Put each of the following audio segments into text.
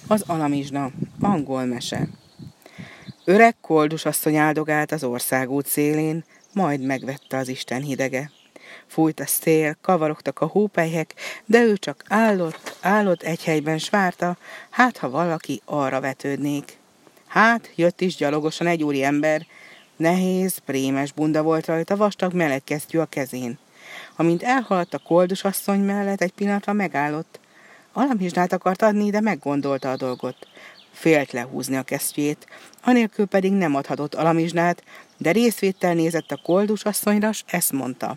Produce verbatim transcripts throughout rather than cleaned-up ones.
Az alamizsna, angol mese. Öreg koldusasszony áldogált az országút szélén, majd megvette az Isten hidege. Fújt a szél, kavarogtak a hópelyhek, de ő csak állott, állott egy helyben, s várta, hát ha valaki arra vetődnék. Hát jött is gyalogosan egy úriember, nehéz, prémes bunda volt rajta, vastag meleg kesztyű a kezén. Amint elhaladt a koldusasszony mellett, egy pillanatra megállott. Alamizsnát akart adni, de meggondolta a dolgot. Félt lehúzni a kesztyűjét, anélkül pedig nem adhatott alamizsnát, de részvéttel nézett a koldusasszonyra, s ezt mondta.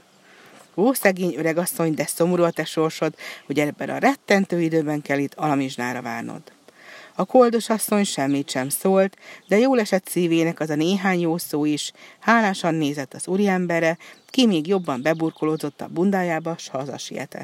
Ó, szegény öregasszony, de szomorú a te sorsod, hogy ebben a rettentő időben kell itt alamizsnára várnod. A koldusasszony semmit sem szólt, de jól esett szívének az a néhány jó szó is, hálásan nézett az úriemberre, ki még jobban beburkolódzott a bundájába, s hazasietett.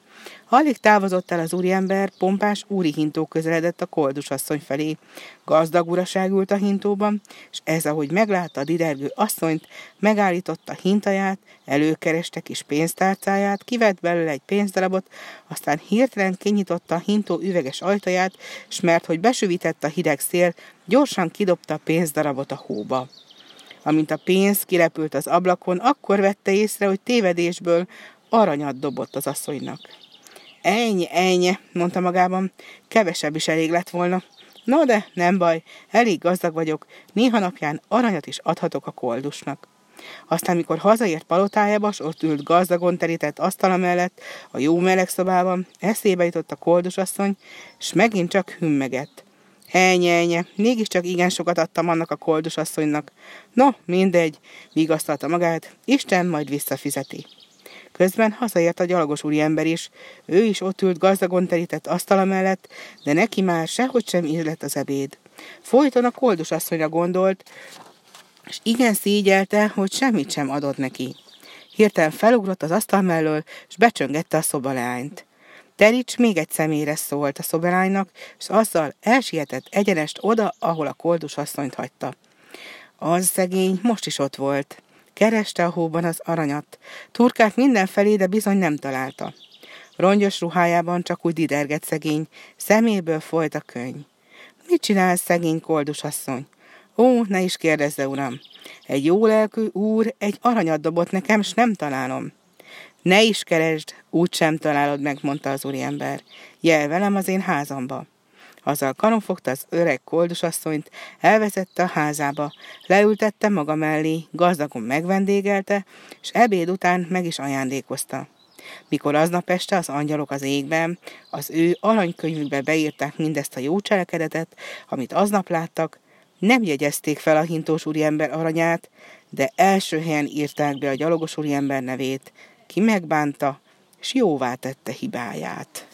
Alig távozott el az úriember, pompás úri hintó közeledett a koldusasszony felé. Gazdag uraság ült a hintóban, és ez, ahogy meglátta a didergő asszonyt, megállította hintaját, előkereste kis pénztárcáját, kivett belőle egy pénzdarabot, aztán hirtelen kinyitotta a hintó üveges ajtaját, s mert hogy besüvített a hideg szél, gyorsan kidobta a pénzdarabot a hóba. Amint a pénz kirepült az ablakon, akkor vette észre, hogy tévedésből aranyat dobott az asszonynak. Ennyi, ennyi, mondta magában, kevesebb is elég lett volna. No de, nem baj, elég gazdag vagyok, néha napján aranyat is adhatok a koldusnak. Aztán, mikor hazaért palotájába, s ott ült gazdagon terített asztala mellett, a jó meleg szobában, eszébe jutott a koldusasszony, s megint csak hümmegett. Ennyi, ennyi, mégiscsak igen sokat adtam annak a koldusasszonynak. No, mindegy, vigasztalta magát, Isten majd visszafizeti. Közben hazaért a gyalogos úriember is, ő is ott ült gazdagon terített asztala mellett, de neki már sehogy sem ízlett az ebéd. Folyton a koldusasszonyra gondolt, és igen szígyelte, hogy semmit sem adott neki. Hirtelen felugrott az asztal mellől, és becsöngette a szobaleányt. Terics még egy személyre szólt a szobalánynak, és azzal elsietett egyenest oda, ahol a koldusasszonyt hagyta. Az szegény most is ott volt. Kereste a hóban az aranyat. Turkált mindenfelé, de bizony nem találta. Rongyos ruhájában csak úgy didergett szegény, szeméből folyt a könny. Mit csinál szegény koldusasszony? Ó, ne is kérdezze, uram. Egy jó lelkű úr egy aranyat dobott nekem, s nem találom. Ne is keresd, úgy sem találod meg, mondta az úriember. Jel velem az én házamba. Azzal karonfogta az öreg koldusasszonyt, elvezette a házába, leültette maga mellé, gazdagon megvendégelte, és ebéd után meg is ajándékozta. Mikor aznap este az angyalok az égben, az ő aranykönyvükbe beírták mindezt a jó cselekedetet, amit aznap láttak, nem jegyezték fel a hintós úriember aranyát, de első helyen írták be a gyalogos úriember nevét, ki megbánta, és jóvá tette hibáját.